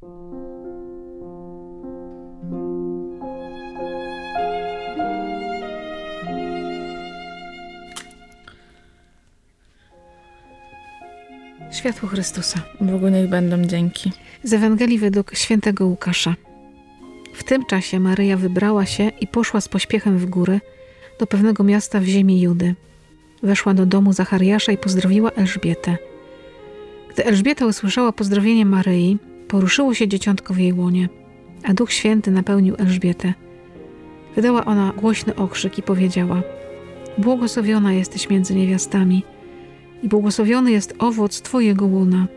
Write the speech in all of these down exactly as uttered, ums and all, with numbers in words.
Światło Chrystusa. Bogu niech będą dzięki. Z Ewangelii według świętego Łukasza. W tym czasie Maryja wybrała się i poszła z pośpiechem w góry do pewnego miasta w ziemi Judy. Weszła do domu Zachariasza i pozdrowiła Elżbietę. Gdy Elżbieta usłyszała pozdrowienie Maryi, poruszyło się dzieciątko w jej łonie, a Duch Święty napełnił Elżbietę. Wydała ona głośny okrzyk i powiedziała: błogosławiona jesteś między niewiastami i błogosławiony jest owoc Twojego łona.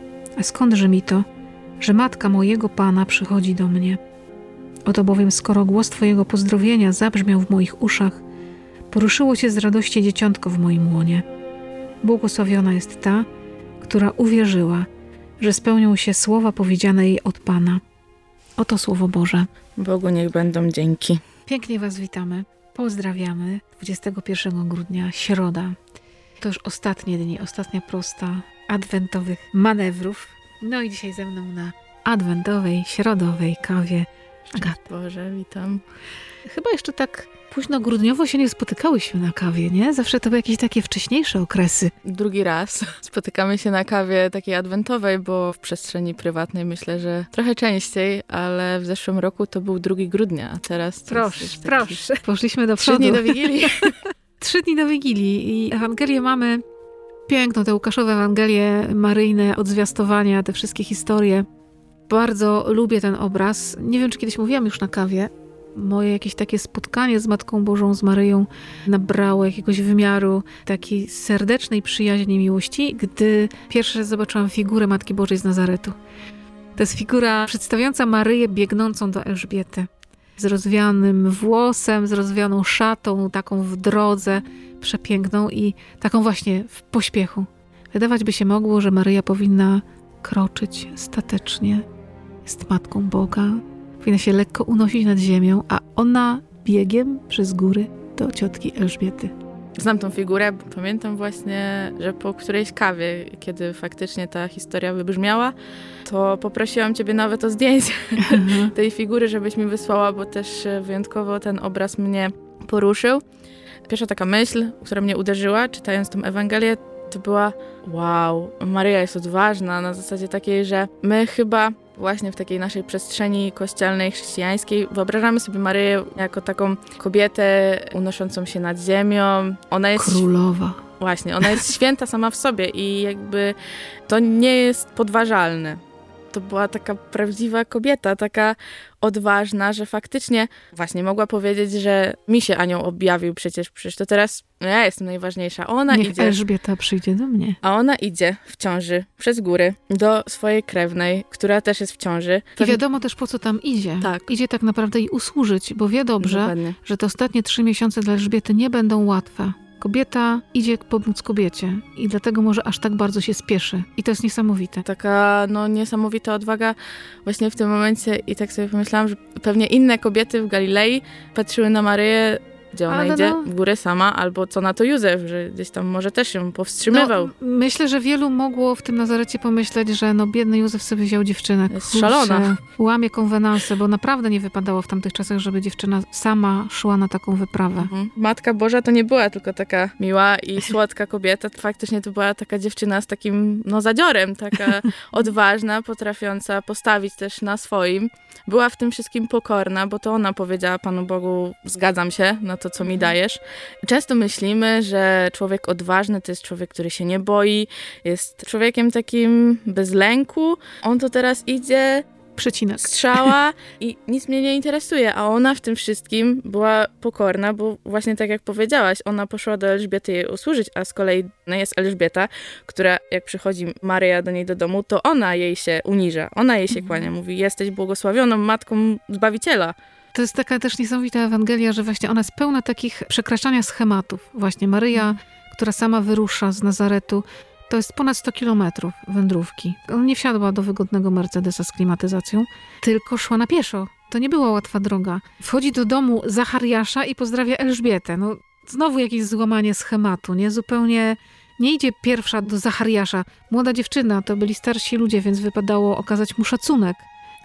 A skądże mi to, że matka mojego Pana przychodzi do mnie? Oto bowiem, skoro głos Twojego pozdrowienia zabrzmiał w moich uszach, poruszyło się z radości dzieciątko w moim łonie. Błogosławiona jest ta, która uwierzyła, że spełnią się słowa powiedziane jej od Pana. Oto Słowo Boże. Bogu niech będą dzięki. Pięknie Was witamy. Pozdrawiamy. dwudziestego pierwszego grudnia, środa. To już ostatnie dni, ostatnia prosta adwentowych manewrów. No i dzisiaj ze mną na adwentowej, środowej kawie Agata. Boże, witam. Chyba jeszcze tak późno grudniowo się nie spotykałyśmy na kawie, nie? Zawsze to były jakieś takie wcześniejsze okresy. Drugi raz spotykamy się na kawie takiej adwentowej, bo w przestrzeni prywatnej myślę, że trochę częściej, ale w zeszłym roku to był drugi grudnia, a teraz... Proszę, jest taki... proszę. Poszliśmy do przodu. Trzy dni do Wigilii. Trzy dni do Wigilii i Ewangelię mamy piękną, te Łukaszowe Ewangelie maryjne, odzwiastowania, te wszystkie historie. Bardzo lubię ten obraz. Nie wiem, czy kiedyś mówiłam już na kawie. Moje jakieś takie spotkanie z Matką Bożą, z Maryją nabrało jakiegoś wymiaru takiej serdecznej przyjaźni i miłości, gdy pierwszy raz zobaczyłam figurę Matki Bożej z Nazaretu. To jest figura przedstawiająca Maryję biegnącą do Elżbiety. Z rozwianym włosem, z rozwianą szatą, taką w drodze, przepiękną i taką właśnie w pośpiechu. Wydawać by się mogło, że Maryja powinna kroczyć statecznie. Jest Matką Boga. Powinna się lekko unosić nad ziemią, a ona biegiem przez góry do ciotki Elżbiety. Znam tą figurę. Pamiętam właśnie, że po którejś kawie, kiedy faktycznie ta historia wybrzmiała, to poprosiłam ciebie nawet o zdjęcie mhm. tej figury, żebyś mi wysłała, bo też wyjątkowo ten obraz mnie poruszył. Pierwsza taka myśl, która mnie uderzyła, czytając tą Ewangelię, to była: wow, Maryja jest odważna, na zasadzie takiej, że my chyba właśnie w takiej naszej przestrzeni kościelnej, chrześcijańskiej wyobrażamy sobie Maryję jako taką kobietę unoszącą się nad ziemią. Ona jest królowa. Właśnie, ona jest święta sama w sobie i jakby to nie jest podważalne. To była taka prawdziwa kobieta, taka odważna, że faktycznie właśnie mogła powiedzieć, że mi się anioł objawił przecież, przecież to teraz ja jestem najważniejsza. Ona Niech idzie, Elżbieta przyjdzie do mnie. A ona idzie w ciąży przez góry do swojej krewnej, która też jest w ciąży. I wiadomo też, po co tam idzie. Tak. Idzie tak naprawdę jej usłużyć, bo wie dobrze, Dokładnie. że te ostatnie trzy miesiące dla Elżbiety nie będą łatwe. Kobieta idzie pomóc kobiecie i dlatego może aż tak bardzo się spieszy. I to jest niesamowite. Taka no niesamowita odwaga właśnie w tym momencie i tak sobie pomyślałam, że pewnie inne kobiety w Galilei patrzyły na Maryję, gdzie ona Ale idzie, no. w górę sama, albo co na to Józef, że gdzieś tam może też ją powstrzymywał. No, myślę, że wielu mogło w tym Nazarecie pomyśleć, że no biedny Józef sobie wziął dziewczynę. Jest Kurczę, szalona. Łamie konwenanse, bo naprawdę nie wypadało w tamtych czasach, żeby dziewczyna sama szła na taką wyprawę. Mhm. Matka Boża to nie była tylko taka miła i słodka kobieta, faktycznie to była taka dziewczyna z takim no zadziorem, taka odważna, potrafiąca postawić też na swoim. Była w tym wszystkim pokorna, bo to ona powiedziała Panu Bogu: zgadzam się na to, co mi dajesz. Często myślimy, że człowiek odważny to jest człowiek, który się nie boi, jest człowiekiem takim bez lęku. On to teraz idzie, Przecinek. strzała i nic mnie nie interesuje, a ona w tym wszystkim była pokorna, bo właśnie tak jak powiedziałaś, ona poszła do Elżbiety jej usłużyć, a z kolei jest Elżbieta, która jak przychodzi Maryja do niej do domu, to ona jej się uniża, ona jej się kłania, mówi: jesteś błogosławioną matką Zbawiciela. To jest taka też niesamowita Ewangelia, że właśnie ona jest pełna takich przekraczania schematów. Właśnie Maryja, która sama wyrusza z Nazaretu, to jest ponad sto kilometrów wędrówki. Ona nie wsiadła do wygodnego Mercedesa z klimatyzacją, tylko szła na pieszo. To nie była łatwa droga. Wchodzi do domu Zachariasza i pozdrawia Elżbietę. No, znowu jakieś złamanie schematu, nie? Zupełnie nie idzie pierwsza do Zachariasza. Młoda dziewczyna, to byli starsi ludzie, więc wypadało okazać mu szacunek.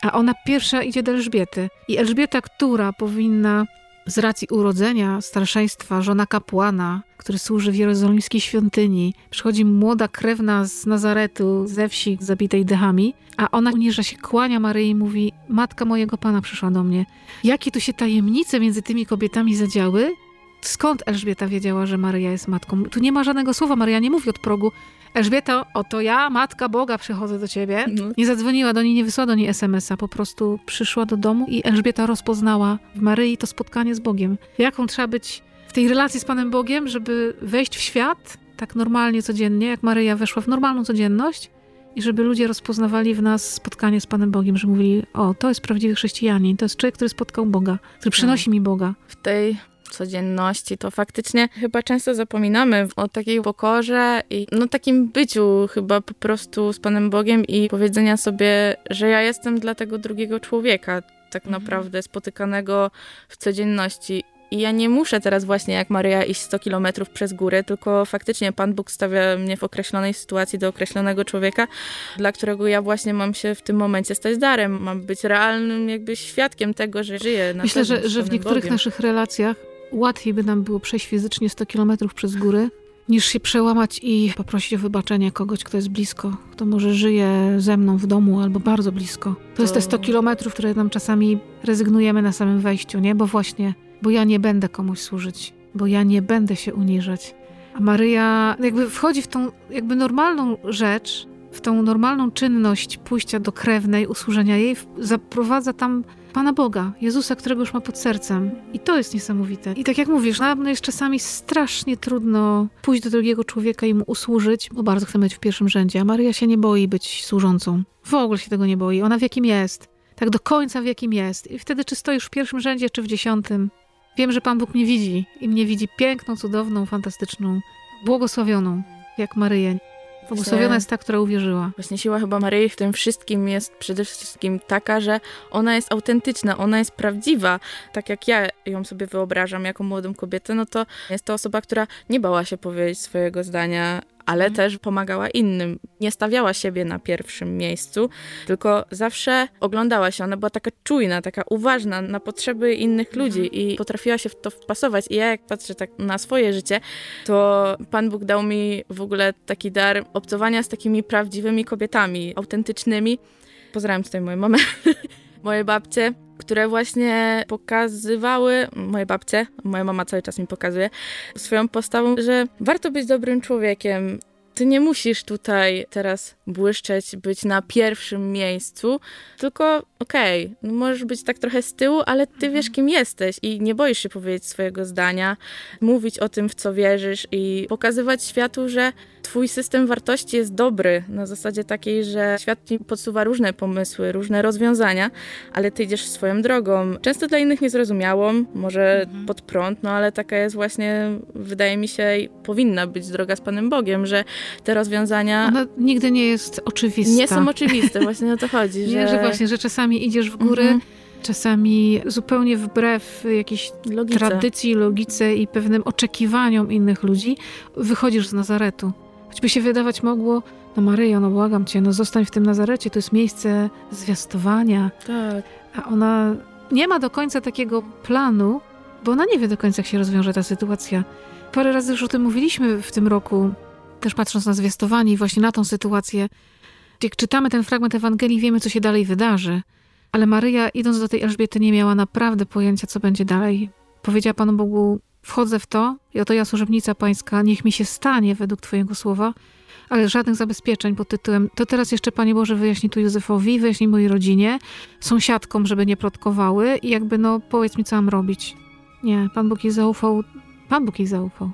A ona pierwsza idzie do Elżbiety. I Elżbieta, która powinna z racji urodzenia, starszeństwa, żona kapłana, który służy w jerozolimskiej świątyni, przychodzi młoda krewna z Nazaretu, ze wsi zabitej dechami, a ona uniża się, kłania Maryi i mówi: matka mojego Pana przyszła do mnie. Jakie tu się tajemnice między tymi kobietami zadziały? Skąd Elżbieta wiedziała, że Maryja jest matką? Tu nie ma żadnego słowa, Maryja nie mówi od progu: Elżbieto, oto ja, matka Boga, przychodzę do ciebie. No. Nie zadzwoniła do niej, nie wysłała do niej es em es a, po prostu przyszła do domu i Elżbieta rozpoznała w Maryi to spotkanie z Bogiem. Jaką trzeba być w tej relacji z Panem Bogiem, żeby wejść w świat tak normalnie, codziennie, jak Maryja weszła w normalną codzienność i żeby ludzie rozpoznawali w nas spotkanie z Panem Bogiem, że mówili: o, to jest prawdziwy chrześcijanin, to jest człowiek, który spotkał Boga, który przynosi mi Boga. W tej codzienności, to faktycznie chyba często zapominamy o takiej pokorze i no takim byciu chyba po prostu z Panem Bogiem i powiedzenia sobie, że ja jestem dla tego drugiego człowieka, tak mhm. naprawdę spotykanego w codzienności. I ja nie muszę teraz właśnie jak Maryja iść sto kilometrów przez górę, tylko faktycznie Pan Bóg stawia mnie w określonej sytuacji do określonego człowieka, dla którego ja właśnie mam się w tym momencie stać darem. Mam być realnym jakby świadkiem tego, że żyję na Myślę, że, że w niektórych Bogiem. naszych relacjach łatwiej by nam było przejść fizycznie sto kilometrów przez góry, niż się przełamać i poprosić o wybaczenie kogoś, kto jest blisko, kto może żyje ze mną w domu albo bardzo blisko. To, to... jest te sto kilometrów, które nam czasami rezygnujemy na samym wejściu, nie? Bo właśnie, bo ja nie będę komuś służyć, bo ja nie będę się uniżać. A Maryja jakby wchodzi w tą jakby normalną rzecz, w tą normalną czynność pójścia do krewnej, usłużenia jej, zaprowadza tam Pana Boga, Jezusa, którego już ma pod sercem. I to jest niesamowite. I tak jak mówisz, nam jest czasami strasznie trudno pójść do drugiego człowieka i mu usłużyć, bo bardzo chcemy być w pierwszym rzędzie. A Maryja się nie boi być służącą. W ogóle się tego nie boi. Ona w jakim jest. Tak do końca w jakim jest. I wtedy czy stoisz w pierwszym rzędzie, czy w dziesiątym. Wiem, że Pan Bóg mnie widzi. I mnie widzi piękną, cudowną, fantastyczną, błogosławioną, jak Maryję. Błogosławiona jest ta, która uwierzyła. Właśnie siła chyba Maryi w tym wszystkim jest przede wszystkim taka, że ona jest autentyczna, ona jest prawdziwa. Tak jak ja ją sobie wyobrażam jako młodą kobietę, no to jest to osoba, która nie bała się powiedzieć swojego zdania, ale mhm. też pomagała innym. Nie stawiała siebie na pierwszym miejscu, tylko zawsze oglądała się. Ona była taka czujna, taka uważna na potrzeby innych mhm. ludzi i potrafiła się w to wpasować. I ja jak patrzę tak na swoje życie, to Pan Bóg dał mi w ogóle taki dar obcowania z takimi prawdziwymi kobietami, autentycznymi. Pozdrawiam tutaj moją mamę, moje babcie, które właśnie pokazywały, moje babcie, moja mama cały czas mi pokazuje, swoją postawą, że warto być dobrym człowiekiem. Ty nie musisz tutaj teraz błyszczeć, być na pierwszym miejscu, tylko okej, okay, no możesz być tak trochę z tyłu, ale ty wiesz, kim jesteś i nie boisz się powiedzieć swojego zdania, mówić o tym, w co wierzysz i pokazywać światu, że twój system wartości jest dobry, na zasadzie takiej, że świat ci podsuwa różne pomysły, różne rozwiązania, ale ty idziesz swoją drogą. Często dla innych niezrozumiałą, może mhm. pod prąd, no ale taka jest właśnie, wydaje mi się, powinna być droga z Panem Bogiem, że te rozwiązania... Ona nigdy nie jest oczywista. Nie są oczywiste, właśnie o to chodzi. Że, nie, że właśnie, że czasami idziesz w góry, mhm. czasami zupełnie wbrew jakiejś logice. tradycji, logice i pewnym oczekiwaniom innych ludzi, wychodzisz z Nazaretu. Choćby się wydawać mogło, no Maryjo, no błagam cię, no zostań w tym Nazarecie, to jest miejsce zwiastowania. Tak. A ona nie ma do końca takiego planu, bo ona nie wie do końca, jak się rozwiąże ta sytuacja. Parę razy już o tym mówiliśmy w tym roku, też patrząc na zwiastowanie i właśnie na tą sytuację. Jak czytamy ten fragment Ewangelii, wiemy, co się dalej wydarzy. Ale Maryja, idąc do tej Elżbiety, nie miała naprawdę pojęcia, co będzie dalej. Powiedziała Panu Bogu: wchodzę w to i oto ja, służebnica pańska, niech mi się stanie według twojego słowa, ale żadnych zabezpieczeń pod tytułem: to teraz jeszcze, Panie Boże, wyjaśnij tu Józefowi, wyjaśnij mojej rodzinie, sąsiadkom, żeby nie plotkowały i jakby no powiedz mi, co mam robić. Nie, Pan Bóg jej zaufał, Pan Bóg jej zaufał.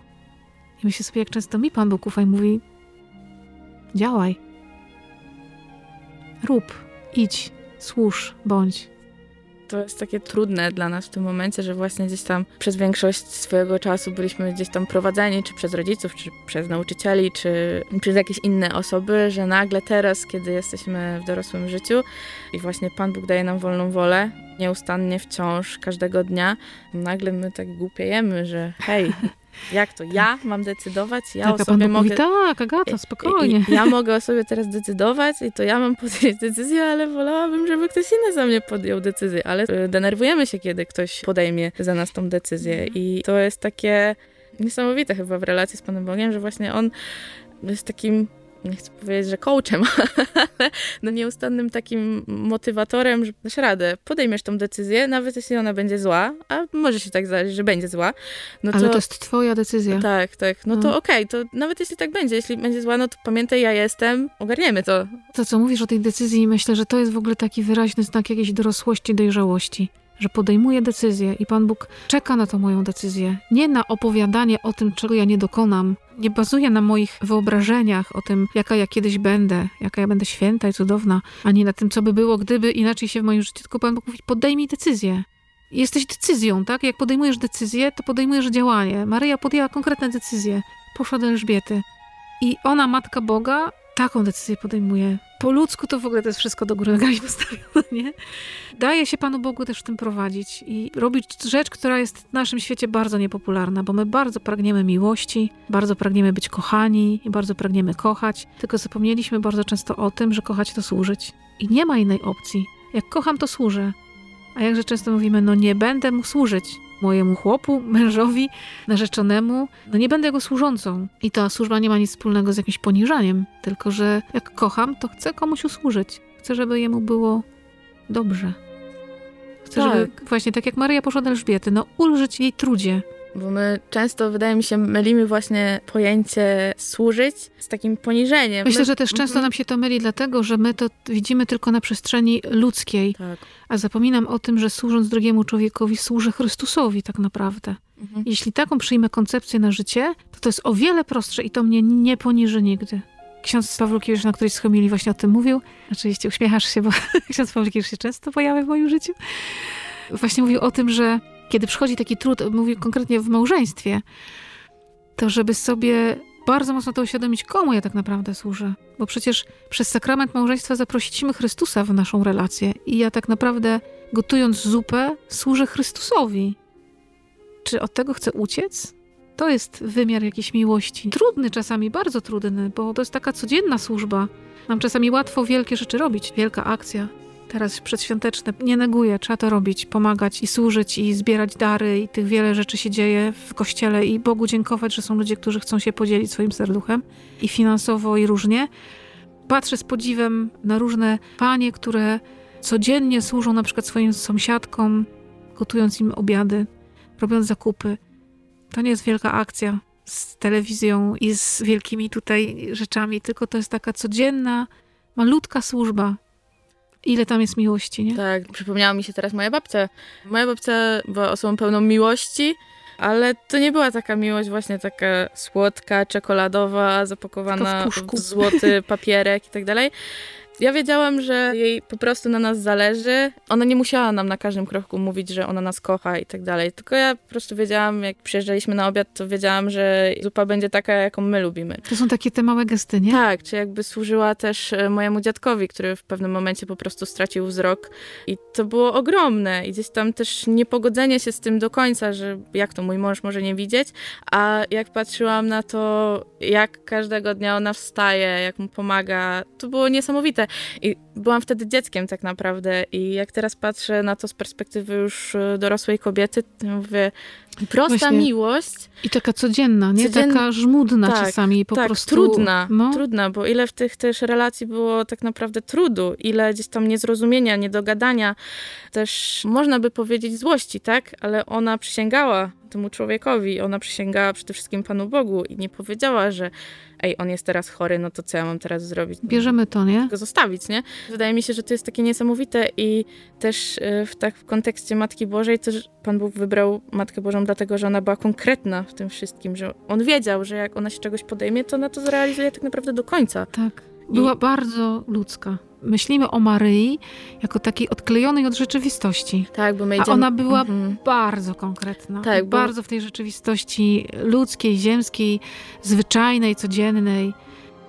I myślę sobie, jak często mi Pan Bóg ufa i mówi: działaj, rób, idź, służ, bądź. To jest takie trudne dla nas w tym momencie, że właśnie gdzieś tam przez większość swojego czasu byliśmy gdzieś tam prowadzeni, czy przez rodziców, czy przez nauczycieli, czy przez jakieś inne osoby, że nagle teraz, kiedy jesteśmy w dorosłym życiu i właśnie Pan Bóg daje nam wolną wolę, nieustannie wciąż, każdego dnia, nagle my tak głupiejemy, że hej, Jak to? Ja mam decydować? Ja tak, o a sobie Pan Bóg mogę... mówi, tak, Agata, spokojnie. I, i, ja mogę o sobie teraz decydować i to ja mam podjąć decyzję, ale wolałabym, żeby ktoś inny za mnie podjął decyzję. Ale denerwujemy się, kiedy ktoś podejmie za nas tą decyzję. I to jest takie niesamowite chyba w relacji z Panem Bogiem, że właśnie On jest takim, nie chcę powiedzieć, że coachem, ale no nieustannym takim motywatorem, że dasz radę, podejmiesz tą decyzję, nawet jeśli ona będzie zła, a może się tak zdarzyć, że będzie zła. No ale to, to jest twoja decyzja. Tak, tak. No, no. to okej, okay, to nawet jeśli tak będzie, jeśli będzie zła, no to pamiętaj, ja jestem, ogarniemy to. To, co mówisz o tej decyzji, myślę, że to jest w ogóle taki wyraźny znak jakiejś dorosłości, dojrzałości. Że podejmuję decyzję i Pan Bóg czeka na tą moją decyzję. Nie na opowiadanie o tym, czego ja nie dokonam. Nie bazuje na moich wyobrażeniach o tym, jaka ja kiedyś będę, jaka ja będę święta i cudowna, ani na tym, co by było, gdyby inaczej się w moim życiu. Tylko Pan Bóg mówi, podejmij decyzję. Jesteś decyzją, tak? Jak podejmujesz decyzję, to podejmujesz działanie. Maryja podjęła konkretne decyzje. Poszła do Elżbiety. I ona, Matka Boga, taką decyzję podejmuje. Po ludzku to w ogóle to jest wszystko do góry nogami postawione, nie? Daje się Panu Bogu też w tym prowadzić i robić rzecz, która jest w naszym świecie bardzo niepopularna, bo my bardzo pragniemy miłości, bardzo pragniemy być kochani i bardzo pragniemy kochać, tylko zapomnieliśmy bardzo często o tym, że kochać to służyć. I nie ma innej opcji. Jak kocham, to służę. A jakże często mówimy, no nie będę mu służyć. Mojemu chłopu, mężowi, narzeczonemu, no nie będę jego służącą. I ta służba nie ma nic wspólnego z jakimś poniżaniem, tylko że jak kocham, to chcę komuś usłużyć. Chcę, żeby jemu było dobrze. Chcę, tak. żeby właśnie tak jak Maryja poszła do Elżbiety, no ulżyć jej trudzie. Bo my często, wydaje mi się, mylimy właśnie pojęcie służyć z takim poniżeniem. Myślę, my... że też często mm-hmm. nam się to myli, dlatego, że my to widzimy tylko na przestrzeni ludzkiej. Tak. A zapominam o tym, że służąc drugiemu człowiekowi, służę Chrystusowi tak naprawdę. Mm-hmm. Jeśli taką przyjmę koncepcję na życie, to to jest o wiele prostsze i to mnie nie poniży nigdy. Ksiądz Pawlukiewicz na którejś z homilii właśnie o tym mówił. Oczywiście uśmiechasz się, bo ksiądz Pawlukiewicz się często pojawia w moim życiu. Właśnie mówił o tym, że kiedy przychodzi taki trud, mówi konkretnie w małżeństwie, to żeby sobie bardzo mocno to uświadomić, komu ja tak naprawdę służę. Bo przecież przez sakrament małżeństwa zaprosiliśmy Chrystusa w naszą relację i ja tak naprawdę, gotując zupę, służę Chrystusowi. Czy od tego chcę uciec? To jest wymiar jakiejś miłości. Trudny czasami, bardzo trudny, bo to jest taka codzienna służba. Nam czasami łatwo wielkie rzeczy robić, wielka akcja. Teraz przedświąteczne, nie neguję, trzeba to robić, pomagać i służyć i zbierać dary i tych wiele rzeczy się dzieje w Kościele i Bogu dziękować, że są ludzie, którzy chcą się podzielić swoim serduchem i finansowo i różnie. Patrzę z podziwem na różne panie, które codziennie służą na przykład swoim sąsiadkom, gotując im obiady, robiąc zakupy. To nie jest wielka akcja z telewizją i z wielkimi tutaj rzeczami, tylko to jest taka codzienna, malutka służba. Ile tam jest miłości, nie? Tak, przypomniała mi się teraz moja babcia. Moja babcia była osobą pełną miłości, ale to nie była taka miłość właśnie taka słodka, czekoladowa, zapakowana w, w złoty papierek i tak dalej. Ja wiedziałam, że jej po prostu na nas zależy. Ona nie musiała nam na każdym kroku mówić, że ona nas kocha i tak dalej. Tylko ja po prostu wiedziałam, jak przyjeżdżaliśmy na obiad, to wiedziałam, że zupa będzie taka, jaką my lubimy. To są takie te małe gesty, nie? Tak, czy jakby służyła też mojemu dziadkowi, który w pewnym momencie po prostu stracił wzrok. I to było ogromne. I gdzieś tam też niepogodzenie się z tym do końca, że jak to mój mąż może nie widzieć. A jak patrzyłam na to, jak każdego dnia ona wstaje, jak mu pomaga, to było niesamowite. I byłam wtedy dzieckiem tak naprawdę i jak teraz patrzę na to z perspektywy już dorosłej kobiety, to mówię, prosta Właśnie. miłość. I taka codzienna, nie? Codzien... Taka żmudna tak, czasami po tak, prostu. trudna, no. trudna, bo ile w tych też relacji było tak naprawdę trudu, ile gdzieś tam niezrozumienia, niedogadania, też można by powiedzieć złości, tak? Ale ona przysięgała temu człowiekowi, ona przysięgała przede wszystkim Panu Bogu i nie powiedziała, że ej, on jest teraz chory, no to co ja mam teraz zrobić? Bierzemy to, nie? Go zostawić, nie? Wydaje mi się, że to jest takie niesamowite i też w, tak w kontekście Matki Bożej też Pan Bóg wybrał Matkę Bożą dlatego, że ona była konkretna w tym wszystkim, że on wiedział, że jak ona się czegoś podejmie, to ona to zrealizuje tak naprawdę do końca. Tak. Była I... bardzo ludzka. Myślimy o Maryi jako takiej odklejonej od rzeczywistości. Tak, bo my idziemy... A ona była mhm. bardzo konkretna. Tak, bo... Bardzo w tej rzeczywistości ludzkiej, ziemskiej, zwyczajnej, codziennej.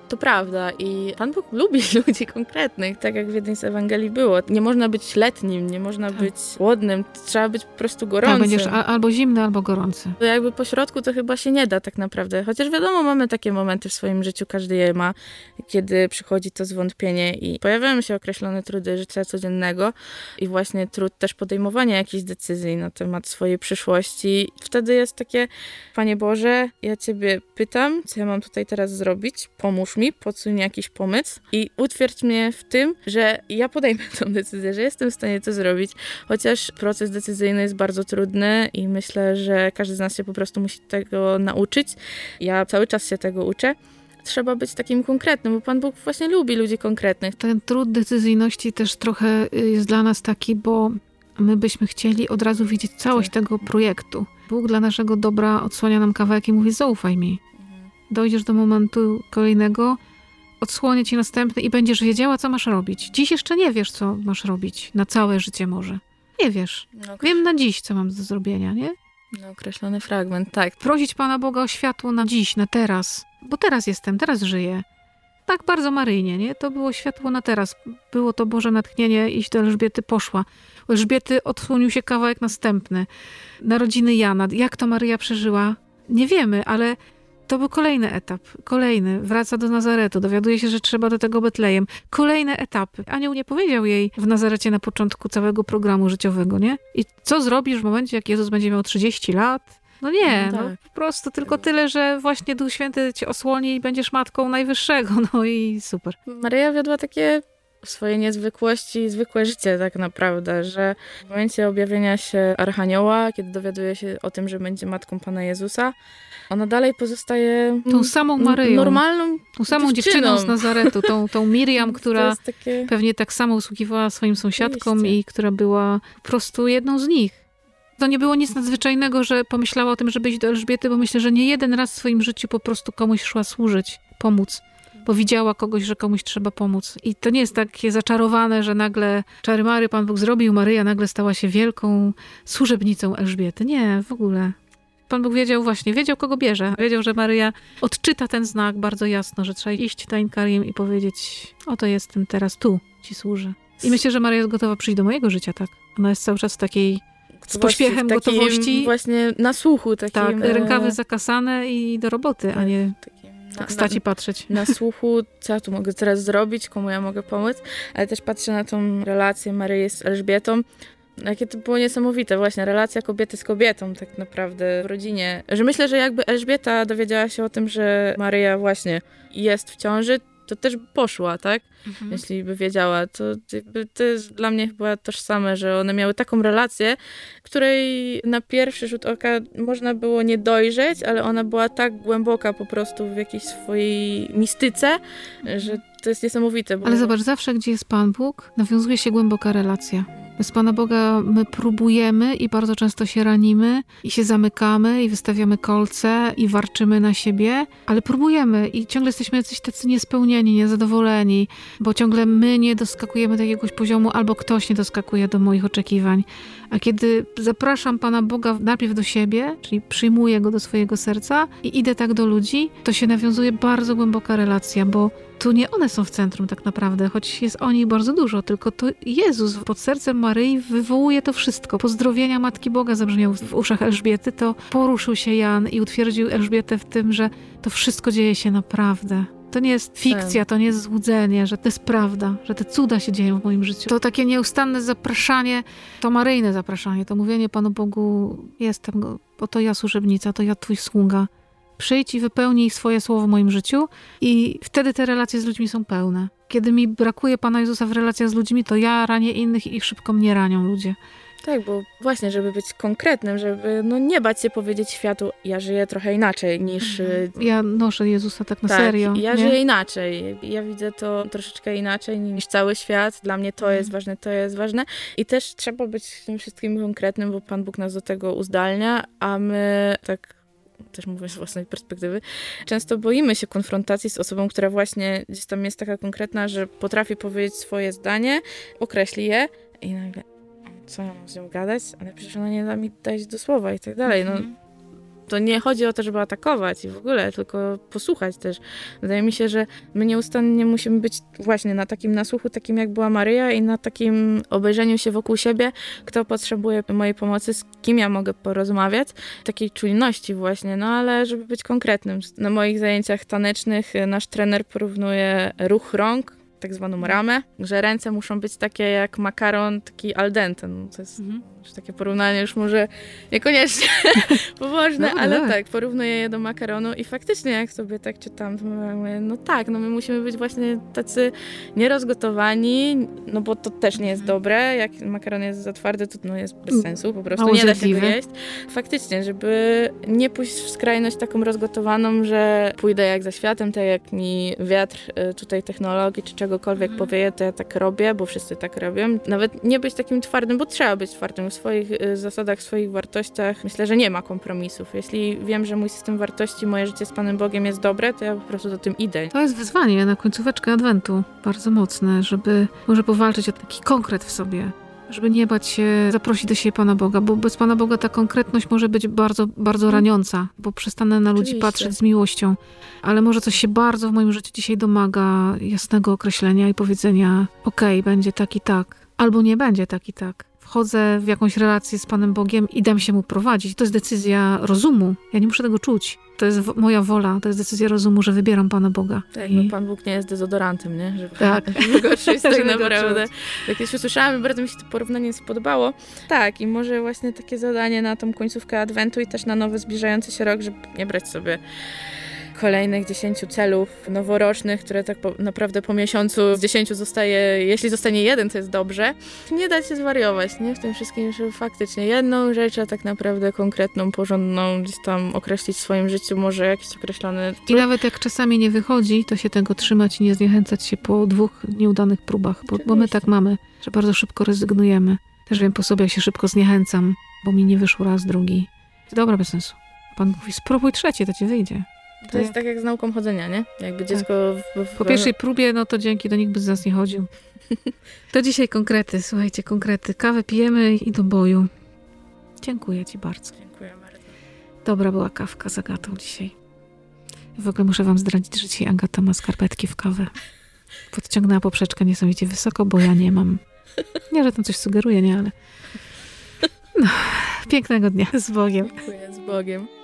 To prawda i Pan Bóg lubi ludzi konkretnych, tak jak w jednej z Ewangelii było. Nie można być letnim, nie można tak. być chłodnym, trzeba być po prostu gorącym. Tak, będziesz a- albo zimny, albo gorący. To jakby po środku to chyba się nie da tak naprawdę. Chociaż wiadomo, mamy takie momenty w swoim życiu, każdy je ma, kiedy przychodzi to zwątpienie i pojawiają się określone trudy życia codziennego i właśnie trud też podejmowania jakichś decyzji na temat swojej przyszłości. Wtedy jest takie, Panie Boże, ja Ciebie pytam, co ja mam tutaj teraz zrobić, pomóż mi, podsuń jakiś pomysł i utwierdź mnie w tym, że ja podejmę tę decyzję, że jestem w stanie to zrobić, chociaż proces decyzyjny jest bardzo trudny i myślę, że każdy z nas się po prostu musi tego nauczyć. Ja cały czas się tego uczę. Trzeba być takim konkretnym, bo Pan Bóg właśnie lubi ludzi konkretnych. Ten trud decyzyjności też trochę jest dla nas taki, bo my byśmy chcieli od razu widzieć całość tak. tego projektu. Bóg dla naszego dobra odsłania nam kawałek i mówi, zaufaj mi. Mhm. Dojdziesz do momentu kolejnego, odsłonię ci następny i będziesz wiedziała, co masz robić. Dziś jeszcze nie wiesz, co masz robić. Na całe życie może. Nie wiesz. No, wiem na dziś, co mam do zrobienia, nie? No, określony fragment, tak. Prosić Pana Boga o światło na dziś, na teraz. Bo teraz jestem, teraz żyję. Tak bardzo maryjnie, nie? To było światło na teraz. Było to Boże natchnienie, iść do Elżbiety, poszła. U Elżbiety odsłonił się kawałek następny. Narodziny Jana. Jak to Maryja przeżyła? Nie wiemy, ale to był kolejny etap. Kolejny. Wraca do Nazaretu. Dowiaduje się, że trzeba do tego Betlejem. Kolejne etapy. Anioł nie powiedział jej w Nazarecie na początku całego programu życiowego, nie? I co zrobisz w momencie, jak Jezus będzie miał trzydzieści lat? No nie, no, tak. no po prostu tylko tyle, że właśnie Duch Święty cię osłoni i będziesz matką Najwyższego. No i super. Maryja wiodła takie swoje niezwykłości, zwykłe życie tak naprawdę, że w momencie objawienia się Archanioła, kiedy dowiaduje się o tym, że będzie matką Pana Jezusa, ona dalej pozostaje tą samą Maryją, normalną tą samą dziewczyną, dziewczyną z Nazaretu, tą, tą Miriam, która takie... pewnie tak samo usługiwała swoim sąsiadkom Oczywiście. I która była po prostu jedną z nich. To nie było nic nadzwyczajnego, że pomyślała o tym, żeby iść do Elżbiety, bo myślę, że nie jeden raz w swoim życiu po prostu komuś szła służyć, pomóc. Bo widziała kogoś, że komuś trzeba pomóc. I to nie jest takie zaczarowane, że nagle czary Mary Pan Bóg zrobił, Maryja nagle stała się wielką służebnicą Elżbiety. Nie, w ogóle. Pan Bóg wiedział właśnie, wiedział kogo bierze. Wiedział, że Maryja odczyta ten znak bardzo jasno, że trzeba iść ta Inkariem i powiedzieć, oto jestem teraz tu, ci służę. I myślę, że Maryja jest gotowa przyjść do mojego życia, tak. Ona jest cały czas w takiej z pośpiechem, takim gotowości. Właśnie na słuchu. Takim, tak, rękawy zakasane i do roboty, tak, a nie takim, tak stać i patrzeć. Na słuchu, co ja tu mogę teraz zrobić, komu ja mogę pomóc, ale też patrzę na tą relację Maryi z Elżbietą. Jakie to było niesamowite, właśnie relacja kobiety z kobietą tak naprawdę w rodzinie. Że myślę, że jakby Elżbieta dowiedziała się o tym, że Maryja właśnie jest w ciąży, to też poszła, tak? Mhm. Jeśli by wiedziała, to, to jest dla mnie chyba tożsame, że one miały taką relację, której na pierwszy rzut oka można było nie dojrzeć, ale ona była tak głęboka po prostu w jakiejś swojej mistyce, że to jest niesamowite. Bo... Ale zobacz, zawsze gdzie jest Pan Bóg, nawiązuje się głęboka relacja. Bez Pana Boga my próbujemy i bardzo często się ranimy i się zamykamy i wystawiamy kolce i warczymy na siebie, ale próbujemy i ciągle jesteśmy jacyś tacy niespełnieni, niezadowoleni, bo ciągle my nie doskakujemy do jakiegoś poziomu albo ktoś nie doskakuje do moich oczekiwań. A kiedy zapraszam Pana Boga najpierw do siebie, czyli przyjmuję Go do swojego serca i idę tak do ludzi, to się nawiązuje bardzo głęboka relacja, bo tu nie one są w centrum tak naprawdę, choć jest o nich bardzo dużo, tylko to Jezus pod sercem Maryi wywołuje to wszystko. Pozdrowienia Matki Boga zabrzmiał w uszach Elżbiety, to poruszył się Jan i utwierdził Elżbietę w tym, że to wszystko dzieje się naprawdę. To nie jest fikcja, to nie jest złudzenie, że to jest prawda, że te cuda się dzieją w moim życiu. To takie nieustanne zapraszanie, to maryjne zapraszanie, to mówienie Panu Bogu, jestem go, oto ja służebnica, to ja Twój sługa. Przyjdź i wypełnij swoje słowo w moim życiu i wtedy te relacje z ludźmi są pełne. Kiedy mi brakuje Pana Jezusa w relacjach z ludźmi, to ja ranię innych i szybko mnie ranią ludzie. Tak, bo właśnie, żeby być konkretnym, żeby no nie bać się powiedzieć światu, ja żyję trochę inaczej niż... Ja noszę Jezusa tak na tak, serio. ja nie? żyję inaczej. Ja widzę to troszeczkę inaczej niż cały świat. Dla mnie to mhm. jest ważne, to jest ważne. I też trzeba być w tym wszystkim konkretnym, bo Pan Bóg nas do tego uzdalnia, a my tak... też mówię z własnej perspektywy, często boimy się konfrontacji z osobą, która właśnie gdzieś tam jest taka konkretna, że potrafi powiedzieć swoje zdanie, określi je i nagle, co ja mam z nią gadać? Ale przecież ona nie da mi dać do słowa i tak dalej. No, to nie chodzi o to, żeby atakować i w ogóle, tylko posłuchać też. Wydaje mi się, że my nieustannie musimy być właśnie na takim nasłuchu, takim jak była Maryja i na takim obejrzeniu się wokół siebie, kto potrzebuje mojej pomocy, z kim ja mogę porozmawiać. Takiej czujności właśnie, no ale żeby być konkretnym. Na moich zajęciach tanecznych nasz trener porównuje ruch rąk, tak zwaną ramę, że ręce muszą być takie jak makaron, taki al dente. No, to jest mhm. już takie porównanie już może niekoniecznie pobożne, no, ale no. tak, porównuję je do makaronu i faktycznie jak sobie tak czytam, to mówię, no tak, no my musimy być właśnie tacy nierozgotowani, no bo to też nie jest dobre, jak makaron jest za twardy, to no, jest bez sensu, po prostu Mało nie da się go jeść. Faktycznie, żeby nie pójść w skrajność taką rozgotowaną, że pójdę jak za światem, tak jak mi wiatr tutaj technologii czy czegokolwiek mhm. powieje, to ja tak robię, bo wszyscy tak robią. Nawet nie być takim twardym, bo trzeba być twardym w swoich y, zasadach, w swoich wartościach. Myślę, że nie ma kompromisów. Jeśli wiem, że mój system wartości, moje życie z Panem Bogiem jest dobre, to ja po prostu do tym idę. To jest wyzwanie na końcóweczkę Adwentu, bardzo mocne, żeby może powalczyć o taki konkret w sobie. Żeby nie bać się zaprosić do siebie Pana Boga, bo bez Pana Boga ta konkretność może być bardzo, bardzo raniąca, bo przestanę na ludzi Oczywiście. patrzeć z miłością, ale może coś się bardzo w moim życiu dzisiaj domaga jasnego określenia i powiedzenia okej, okay, będzie tak i tak, albo nie będzie tak i tak. Wchodzę w jakąś relację z Panem Bogiem i dam się Mu prowadzić. To jest decyzja rozumu. Ja nie muszę tego czuć. To jest w- moja wola, to jest decyzja rozumu, że wybieram Pana Boga. Tak, I... no Pan Bóg nie jest dezodorantem, nie? Żeby, tak. Żeby go czuć tak naprawdę. Jak już usłyszałam, bardzo mi się to porównanie spodobało. Tak, i może właśnie takie zadanie na tą końcówkę Adwentu i też na nowy zbliżający się rok, żeby nie brać sobie kolejnych dziesięciu celów noworocznych, które tak po, naprawdę po miesiącu z dziesięciu zostaje, jeśli zostanie jeden, to jest dobrze. Nie dać się zwariować, nie? W tym wszystkim, że faktycznie jedną rzecz, a tak naprawdę konkretną, porządną, gdzieś tam określić w swoim życiu, może jakiś określony... I nawet jak czasami nie wychodzi, to się tego trzymać i nie zniechęcać się po dwóch nieudanych próbach, bo, bo my tak mamy, że bardzo szybko rezygnujemy. Też wiem po sobie, jak się szybko zniechęcam, bo mi nie wyszło raz, drugi. Dobra, bez sensu. Pan mówi, spróbuj trzeci, to ci wyjdzie. To jest tak jak z nauką chodzenia, nie? Jakby dziecko... W, w... Po pierwszej próbie, no to dzięki, do nikt by z nas nie chodził. To dzisiaj konkrety, słuchajcie, konkrety. Kawę pijemy i do boju. Dziękuję Ci bardzo. Dziękuję bardzo. Dobra była kawka z Agatą dzisiaj. W ogóle muszę Wam zdradzić, że dzisiaj Agata ma skarpetki w kawę. Podciągnęła poprzeczkę niesamowicie wysoko, bo ja nie mam. Nie, że tam coś sugeruje, nie, ale... No, pięknego dnia. Z Bogiem. Dziękuję, z Bogiem.